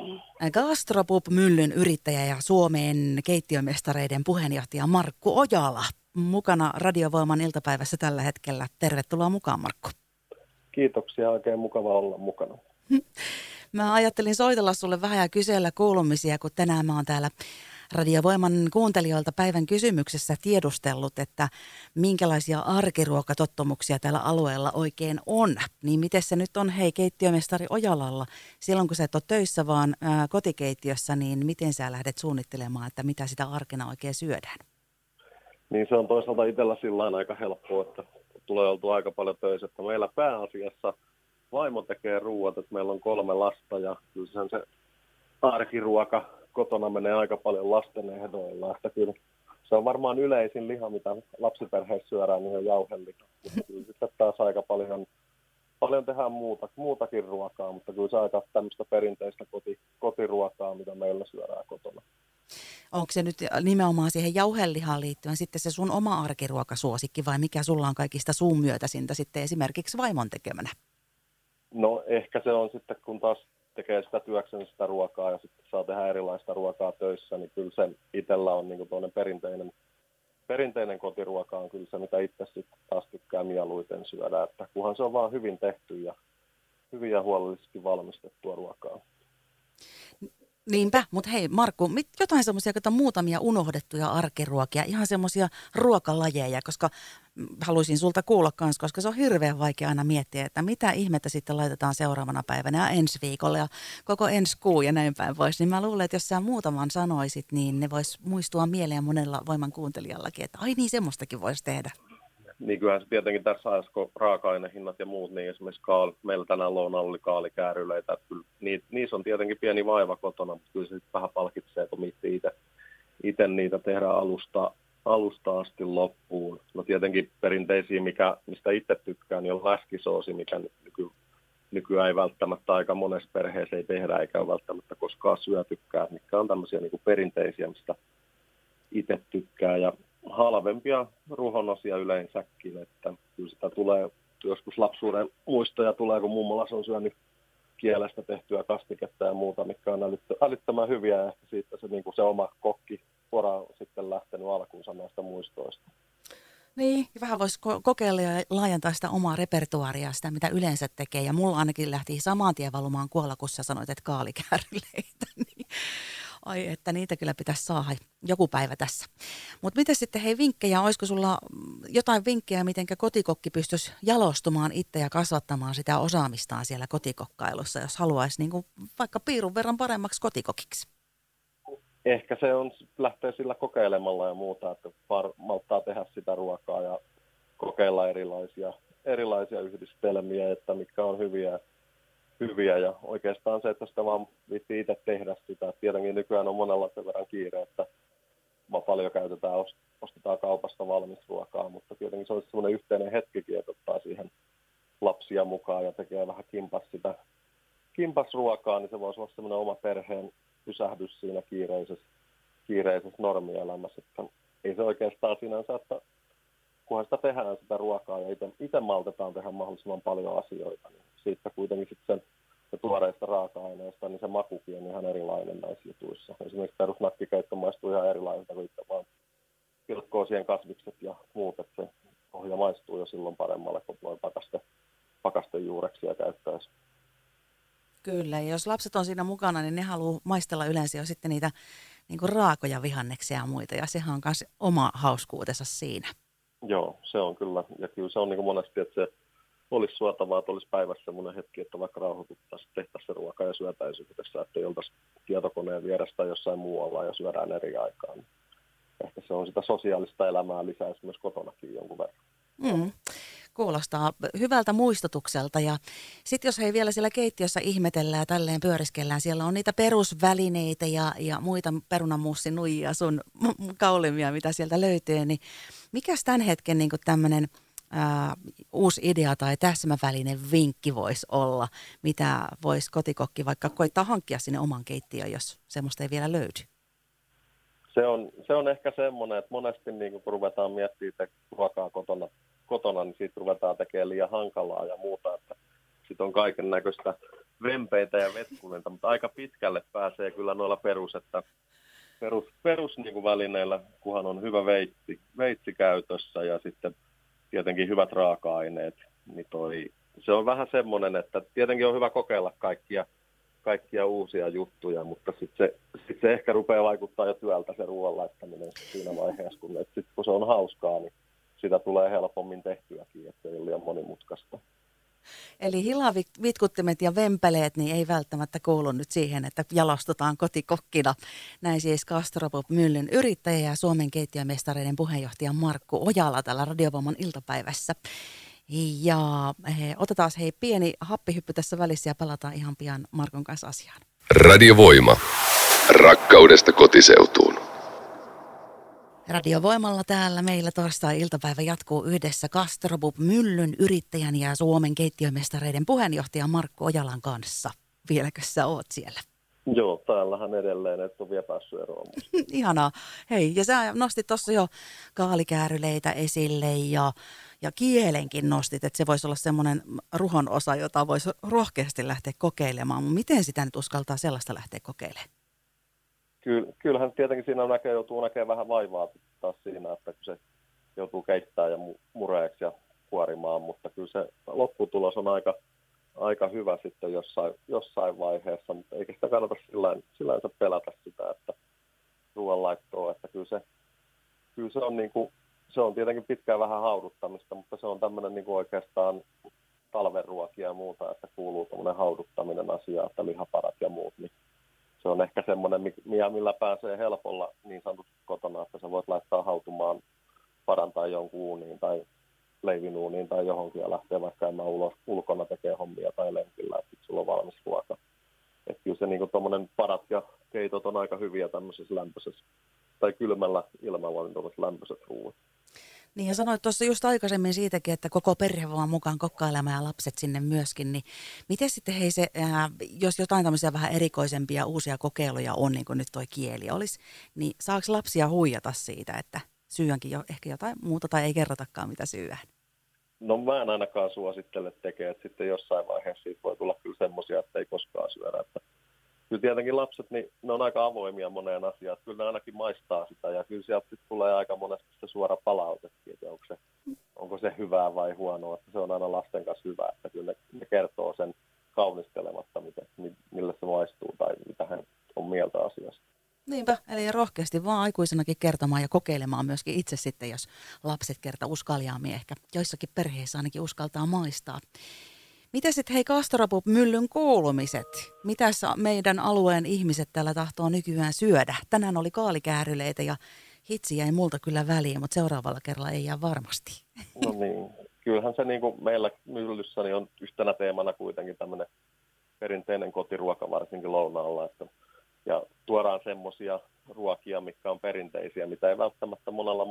Gastropub-myllyn yrittäjä ja Suomen keittiömestareiden puheenjohtaja Markku Ojala. Mukana Radiovoiman iltapäivässä tällä hetkellä. Tervetuloa mukaan, Markku. Kiitoksia, oikein mukava olla mukana. Mä ajattelin soitella sulle vähän ja kysellä kuulumisia, kun tänään mä oon täällä Radiovoiman kuuntelijoilta päivän kysymyksessä tiedustellut, että minkälaisia arkiruokatottumuksia tällä alueella oikein on. Niin miten se nyt on, hei, keittiömestari Ojalalla, silloin kun sä et ole töissä vaan kotikeittiössä, niin miten sä lähdet suunnittelemaan, että mitä sitä arkena oikein syödään? Niin se on toisaalta itsellä sillain aika helppoa, että tulee oltua aika paljon töissä, että meillä pääasiassa vaimo tekee ruuat, että meillä on 3 lasta ja kyllä se arkiruoka kotona menee aika paljon lasten ehdoilla, että kyllä se on varmaan yleisin liha, mitä lapsiperheessä syödään, niin on jauheliha. Kyllä sitten taas aika paljon tehdään muutakin ruokaa, mutta kyllä se aika tämmöistä perinteistä kotiruokaa, mitä meillä syödään kotona. Onko se nyt nimenomaan siihen jauhelihaan liittyen sitten se sun oma arkiruokasuosikki vai mikä sulla on kaikista suun myötäisintä sitten esimerkiksi vaimon tekemänä? No ehkä se on sitten, kun taas tekee sitä työksensä sitä ruokaa ja sitten saa tehdä erilaista ruokaa töissä, niin kyllä se itsellä on niin kuin perinteinen kotiruoka on kyllä se, mitä itse sitten taas tykkää mieluiten syödä, että kunhan se on vaan hyvin tehty ja hyvin ja huolellisesti valmistettua ruokaa. Niinpä, mutta hei Markku, jotain semmoisia muutamia unohdettuja arkiruokia, ihan semmoisia ruokalajeja, koska haluaisin sulta kuulla kanssa, koska se on hirveän vaikea aina miettiä, että mitä ihmettä sitten laitetaan seuraavana päivänä ja ensi viikolla ja koko ensi kuu ja näin päin pois. Niin mä luulen, että jos sä muutaman sanoisit, niin ne vois muistua mieleen monella voiman kuuntelijallakin, että ai niin, semmoistakin voisi tehdä. Niin kyllähän se tietenkin tässä ajassa, kun raaka-ainehinnat ja muut, niin esimerkiksi meillä tänään lounalla oli kaalikääryleitä, että kyllä niissä on tietenkin pieni vaiva kotona, mutta kyllä se sitten vähän palkitsee, kun miettii itse niitä tehdään alusta asti loppuun. No tietenkin perinteisiä, mistä itse tykkään, niin on läskisoosi, mikä nykyään ei välttämättä aika monessa perheessä ei tehdä, eikä ole välttämättä koskaan syötykään, mitkä on tämmöisiä niin kuin perinteisiä, mistä itse tykkää. Ja halvempia ruhonosia yleensäkin, että kyllä sitä tulee joskus lapsuuden muistoja tulee, kun mummolas on syönyt kielestä tehtyä kastiketta ja muuta, mikä on älyttömän hyviä ja ehkä siitä se, niin kuin se oma kokkipora on sitten lähtenyt alkuunsa näistä muistoista. Niin, vähän voisi kokeilla ja laajentaa sitä omaa repertuaaria, sitä mitä yleensä tekee. Ja mulla ainakin lähti saman tien valumaan kuolla, kun sä sanoit, että kaalikääryleitä. Niin. Ai, että niitä kyllä pitäisi saada joku päivä tässä. Mutta miten sitten, hei, vinkkejä, olisiko sulla jotain vinkkejä, miten kotikokki pystyisi jalostumaan itse ja kasvattamaan sitä osaamistaan siellä kotikokkailussa, jos haluaisi niin kuin vaikka piirun verran paremmaksi kotikokiksi? Ehkä se on lähtee sillä kokeilemalla ja muuta, että malttaa tehdä sitä ruokaa ja kokeilla erilaisia yhdistelmiä, että mitkä on hyviä ja oikeastaan se, että sitä vaan viittii itse tehdä sitä. Tietenkin nykyään on monella sen verran kiire, että paljon ostetaan kaupasta valmisruokaa, mutta tietenkin se olisi semmoinen yhteinen hetkikin, että ottaa siihen lapsia mukaan ja tekee vähän kimpasruokaa, niin se voisi olla semmoinen oma perheen pysähdys siinä kiireisessä normielämässä. Että ei se oikeastaan sinänsä, että kunhan sitä tehdään sitä ruokaa ja itse maltetaan tehdä mahdollisimman paljon asioita, niin siitä kuitenkin sitten se tuoreista raaka-aineista, niin se makukin on ihan erilainen näissä jutuissa. Esimerkiksi perusnakkikeitto maistuu ihan erilaiselta kuin vaan pilkkoo siihen kasvikset ja muut, että se pohja maistuu jo silloin paremmalle, kun voi pakasten juureksia käyttäisi. Kyllä, ja jos lapset on siinä mukana, niin ne haluaa maistella yleensä jo sitten niitä niin kuin raakoja vihanneksia ja muita, ja sehän on myös oma hauskuutensa siinä. Joo, se on kyllä, ja kyllä se on niin kuin monesti, että se olisi suotavaa, että olisi päivässä semmoinen hetki, että vaikka rauhoituttaisiin, tehtäisiin se ruoka ja syötäisiin yhdessä, että ei oltaisi tietokoneen vierestä jossain muualla ja syödään eri aikaan. Ehkä se on sitä sosiaalista elämää lisäisi myös kotonakin jonkun verran. Kuulostaa hyvältä muistutukselta ja sitten jos vielä siellä keittiössä ihmetellään ja tälleen pyöriskellään, siellä on niitä perusvälineitä ja muita perunanmussin nuijia sun kaulimia, mitä sieltä löytyy, niin mikäs tämän hetken niin tämmöinen uusi idea tai täsmävälinen vinkki voisi olla, mitä voisi kotikokki vaikka koittaa hankkia sinne oman keittiöön, jos semmoista ei vielä löydy? Se on ehkä semmoinen, että monesti niin kun ruvetaan miettimään ruokaa kotona, niin siitä ruvetaan tekemään liian hankalaa ja muuta, että sitten on kaiken näköistä vempeitä ja vetkulinta, mutta aika pitkälle pääsee kyllä noilla perus niin kuin välineillä, kunhan on hyvä veitsi käytössä ja sitten tietenkin hyvät raaka-aineet, niin se on vähän semmoinen, että tietenkin on hyvä kokeilla kaikkia uusia juttuja, mutta sitten se ehkä rupeaa vaikuttaa jo työltä se ruoan laittaminen siinä vaiheessa, kun se on hauskaa, niin sitä tulee helpommin tehtyäkin, että ei ole liian monimutkaista. Eli hilavitkuttimet ja vempeleet niin ei välttämättä kuulu nyt siihen, että jalostutaan kotikokkina. Näin siis Gastropub Myllyn yrittäjä ja Suomen keittiömestareiden puheenjohtaja Markku Ojala täällä Radiovoiman iltapäivässä. Ja otetaan pieni happihyppy tässä välissä ja palataan ihan pian Markun kanssa asiaan. Radiovoima. Rakkaudesta kotiseutuun. Radiovoimalla täällä meillä torstai-iltapäivä jatkuu yhdessä Gastropub Myllyn yrittäjän ja Suomen keittiömestareiden puheenjohtaja Markku Ojalan kanssa. Vieläkö sä oot siellä? Joo, täällähän edelleen, et ole vielä päässyt eroon. Ihanaa. Hei, ja sä nostit tuossa jo kaalikääryleitä esille ja kielenkin nostit, että se voisi olla semmoinen ruhon osa, jota voisi rohkeasti lähteä kokeilemaan. Miten sitä nyt uskaltaa sellaista lähteä kokeilemaan? Kyllähän tietenkin siinä joutuu näkemään vähän vaivaa taas siinä, että kun se joutuu keittämään ja mureeksi ja kuorimaan, mutta kyllä se lopputulos on aika hyvä sitten jossain vaiheessa, mutta eikä sitä kannata sillänsä pelätä sitä, että ruoanlaittoa, että kyllä se on niinku, se on tietenkin pitkään vähän hauduttamista, mutta se on tämmöinen niinku oikeastaan talvenruokia ja muuta, että kuuluu tämmöinen hauduttaminen asia, että lihaparat ja muut, niin se on ehkä semmoinen, millä pääsee helpolla niin sanotusti kotona, että sä voit laittaa hautumaan paran tai jonkun uuniin tai leivinuuniin tai johonkin ja lähtee vaikka käymään ulkona tekee hommia tai lenkillä, että sulla on valmis ruoka. Että kyllä se niin tuommoinen parat ja keitot on aika hyviä tämmöisessä lämpöisessä tai kylmällä ilmalla niin tuommoiset lämpöiset ruuat. Niin ja sanoit tuossa just aikaisemmin siitäkin, että koko perhe vaan mukaan kokkailemaan ja lapset sinne myöskin, niin miten sitten jos jotain tämmöisiä vähän erikoisempia uusia kokeiluja on, niin kuin nyt toi kieli olisi, niin saako lapsia huijata siitä, että syödänkin jo ehkä jotain muuta tai ei kerrotakaan mitä syödään? No mä en ainakaan suosittele tekemään, että sitten jossain vaiheessa siitä voi tulla kyllä semmoisia, että ei koskaan syödä. Että kyllä tietenkin lapset, niin ne on aika avoimia moneen asiaan. Kyllä ne ainakin maistaa sitä ja kyllä sieltä sitten tulee aika monesti se suora palautekin, että onko se hyvää vai huonoa. Että se on aina lasten kanssa hyvä, että kyllä ne kertoo sen kaunistelematta, millä se maistuu tai mitä he on mieltä asiasta. Niinpä, eli rohkeasti vaan aikuisenakin kertomaan ja kokeilemaan myöskin itse sitten, jos lapset kerta uskaljaammin ehkä joissakin perheissä ainakin uskaltaa maistaa. Mitä sitten Gastropub Myllyn kuulumiset? Mitäs meidän alueen ihmiset täällä tahtoo nykyään syödä? Tänään oli kaalikääryleitä ja hitsi jäi multa kyllä väliin, mutta seuraavalla kerralla ei jää varmasti. No niin, kyllähän se niin kuin meillä Myllyssä niin on yhtenä teemana kuitenkin tämmöinen perinteinen kotiruoka varsinkin lounaalla, ja tuodaan semmoisia ruokia, mitkä on perinteisiä, mitä ei välttämättä monella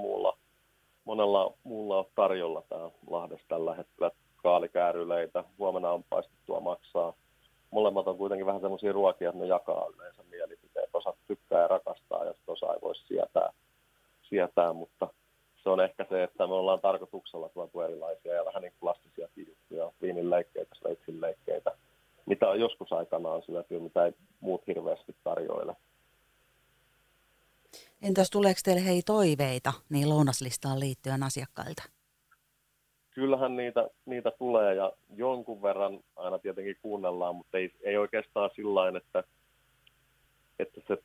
muulla ole tarjolla täällä Lahdessa tällä hetkellä. Kaalikääryleitä, huomenna on paistettua maksaa. Molemmat on kuitenkin vähän semmoisia ruokia, että ne jakaa yleensä mielipiteet. Osa tykkää ja rakastaa ja osa ei voi sietää, mutta se on ehkä se, että me ollaan tarkoituksella tuotu erilaisia ja vähän niin kuin klassisiakin juttuja, viininleikkeitä, sveitsinleikkeitä, mitä on joskus aikanaan syöty, mitä ei muut hirveästi tarjoile. Entäs tuleeko teille toiveita niin lounaslistaan liittyen asiakkailta? Kyllähän niitä tulee ja jonkun verran aina tietenkin kuunnellaan, mutta ei oikeastaan sillain, että se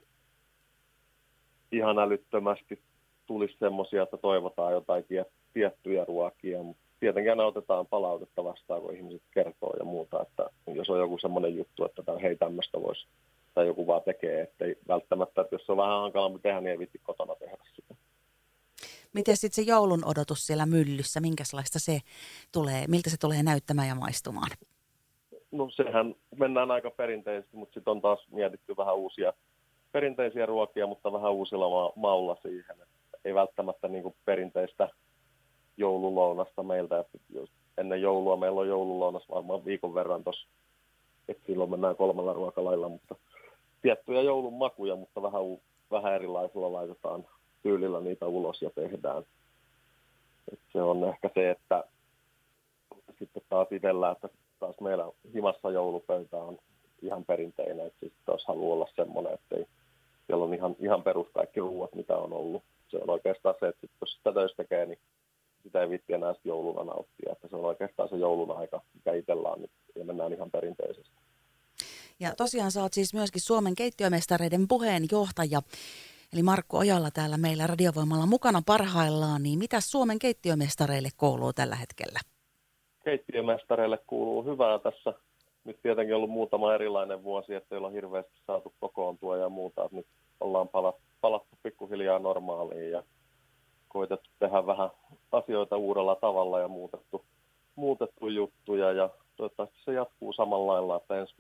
ihan älyttömästi tulisi semmoisia, että toivotaan jotain tiettyjä ruokia. Mutta tietenkin aina otetaan palautetta vastaan, kun ihmiset kertoo ja muuta, että jos on joku semmoinen juttu, että hei tämmöistä voisi, tai joku vaan tekee, ettei välttämättä, että jos se on vähän hankalampi tehdä, niin ei viitti kotona tehdä sitä. Miten sitten se joulun odotus siellä myllyssä, minkälaista se tulee, miltä se tulee näyttämään ja maistumaan? No sehän mennään aika perinteisesti, mutta sitten on taas mietitty vähän uusia perinteisiä ruokia, mutta vähän uusilla maulla siihen. Ei välttämättä niin kuin perinteistä joululounasta meiltä. Ennen joulua meillä on joululounas varmaan viikon verran tuossa, että silloin mennään 3 ruokalailla, mutta tiettyjä joulun makuja, mutta vähän erilaisilla laitetaan tyylillä niitä ulos ja tehdään. Et se on ehkä se, että sitten taas itsellä, että taas meillä himassa joulupöytä on ihan perinteinen, että sitten taas haluaa olla semmoinen, että siellä on ihan perus kaikki ruuat, mitä on ollut. Se on oikeastaan se, että jos sitä töissä tekee, niin sitä ei viitti enää jouluna nauttia. Että se on oikeastaan se joulun aika, mikä itsellä on nyt, ja mennään ihan perinteisesti. Ja tosiaan sä oot siis myöskin Suomen keittiömestareiden puheenjohtaja, eli Markku Ojala täällä meillä Radiovoimalla mukana parhaillaan. Niin mitä Suomen keittiömestareille kuuluu tällä hetkellä? Keittiömestareille kuuluu hyvää tässä. Nyt tietenkin ollut muutama erilainen vuosi, että ei olla hirveästi saatu kokoontua ja muuta. Että nyt ollaan palattu pikkuhiljaa normaaliin ja koitettu tehdä vähän asioita uudella tavalla ja muutettu juttuja. Ja toivottavasti se jatkuu samalla lailla, että ensi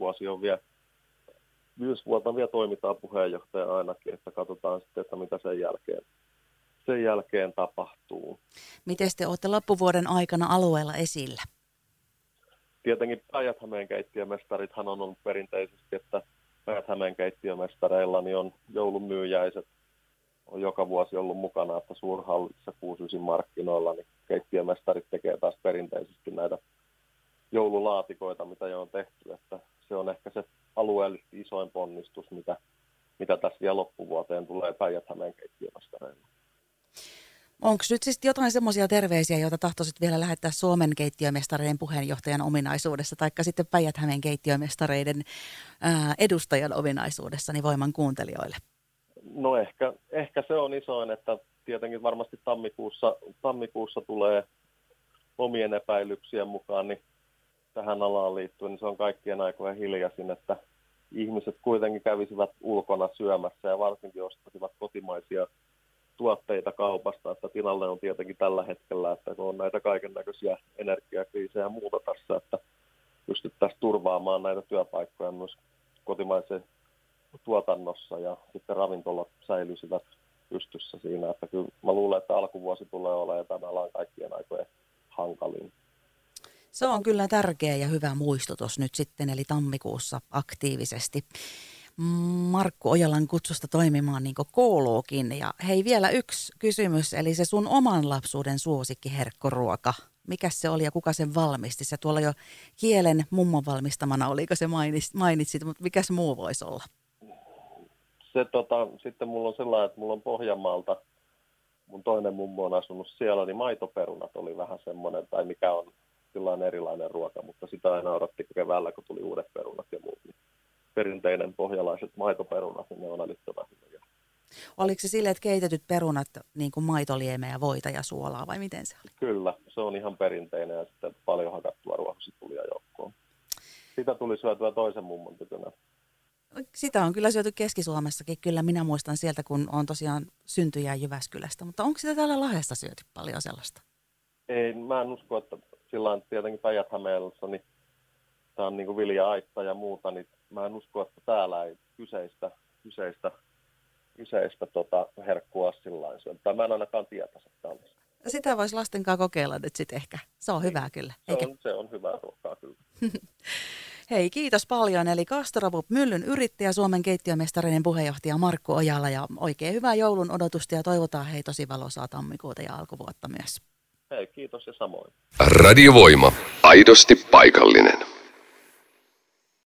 vuonna vielä toimitaan puheenjohtaja ainakin, että katsotaan sitten, että mitä sen jälkeen tapahtuu. Miten te olette loppuvuoden aikana alueella esillä? Tietenkin Päijät-Hämeen keittiömestarithan on ollut perinteisesti, että Päijät-Hämeen keittiömestareilla niin on joulunmyyjäiset, on joka vuosi ollut mukana, että Suurhallissa 69 markkinoilla, niin keittiömestarit tekee taas perinteisesti näitä joululaatikoita, mitä jo on tehty, että se on ehkä se alueellisesti isoin ponnistus, mitä tässä vielä loppuvuoteen tulee Päijät-Hämeen keittiömestareilla. Onko nyt siis jotain semmoisia terveisiä, joita tahtoisit vielä lähettää Suomen keittiömestareiden puheenjohtajan ominaisuudessa, taikka sitten Päijät-Hämeen keittiömestareiden edustajan ominaisuudessa niin Voiman kuuntelijoille? No ehkä se on isoin, että tietenkin varmasti tammikuussa tulee omien epäilyksien mukaan niin tähän alaan liittyen, niin se on kaikkien aikojen hiljaisin, että ihmiset kuitenkin kävisivät ulkona syömässä ja varsinkin ostaisivat kotimaisia tuotteita kaupasta, että tilanne on tietenkin tällä hetkellä, että kun on näitä kaiken näköisiä energiakriisejä ja muuta tässä, että pystyttäisiin turvaamaan näitä työpaikkoja myös kotimaisen tuotannossa ja sitten ravintolat säilyisivät pystyssä siinä, että kyllä mä luulen, että alkuvuosi tulee olemaan tämän alan kaikkien aikojen hankalin. Se on kyllä tärkeä ja hyvä muistutus nyt sitten, eli tammikuussa aktiivisesti Markku Ojalan kutsusta toimimaan niin kuin kuuluukin. Ja hei, vielä yksi kysymys, eli se sun oman lapsuuden suosikkiherkkuruoka. Mikäs se oli ja kuka sen valmisti? Se tuolla jo Kielen mummon valmistamana, oliko se mainitsit, mutta mikäs muu voisi olla? Sitten mulla on sellainen, että mulla on Pohjanmaalta, mun toinen mummo on asunut siellä, niin maitoperunat oli vähän semmoinen, tai mikä on sellainen erilainen ruoka, mutta sitä aina odotti keväällä, kun tuli uudet perunat ja muut. Perinteinen pohjalaiset maitoperunat, niin ne on älyttömän hyviä. Oliko se silleen, että keitetyt perunat, niin kuin maitoliemeä, voita ja suolaa, vai miten se oli? Kyllä, se on ihan perinteinen ja sitten paljon hakattua ruohositulia joukkoon. Sitä tuli syötyä toisen mummon tykönä. Sitä on kyllä syöty Keski-Suomessakin, kyllä minä muistan sieltä, kun on tosiaan syntyjä Jyväskylästä, mutta onko sitä täällä Lahdessa syöty paljon sellaista? Ei, mä en usko, että sillä on tietenkin Päijät-Hämeessä, niin tämä on niin kuin vilja-aitta ja muuta, niin mä en usko, että täällä ei kyseistä herkkua sillain syödä. Tai mä en ainakaan tietäisi, että on. Sitä voisi lasten kanssa kokeilla nyt sitten ehkä. Se on hyvää kyllä. Se on hyvää ruokaa kyllä. Hei, kiitos paljon. Eli Castorapup Myllyn yrittäjä, Suomen keittiömestareiden puheenjohtaja Markku Ojala. Ja oikein hyvää joulun odotusta ja toivotaan hei tosi valoisaa tammikuuta ja alkuvuotta myös. Hei, kiitos ja samoin. Radiovoima. Aidosti paikallinen.